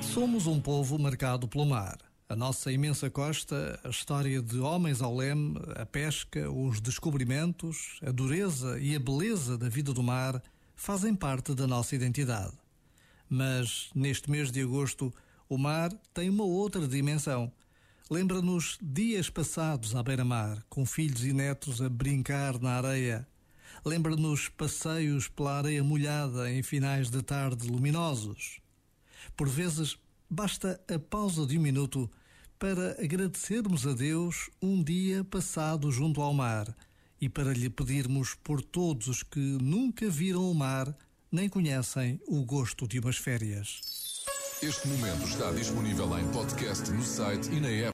Somos um povo marcado pelo mar. A nossa imensa costa, a história de homens ao leme, a pesca, os descobrimentos, a dureza e a beleza da vida do mar fazem parte da nossa identidade. Mas, neste mês de agosto, o mar tem uma outra dimensão. Lembra-nos dias passados à beira-mar, com filhos e netos a brincar na areia. Lembra-nos passeios pela areia molhada em finais de tarde luminosos. Por vezes, basta a pausa de um minuto para agradecermos a Deus um dia passado junto ao mar e para lhe pedirmos por todos os que nunca viram o mar nem conhecem o gosto de umas férias. Este momento está disponível em podcast no site e na app.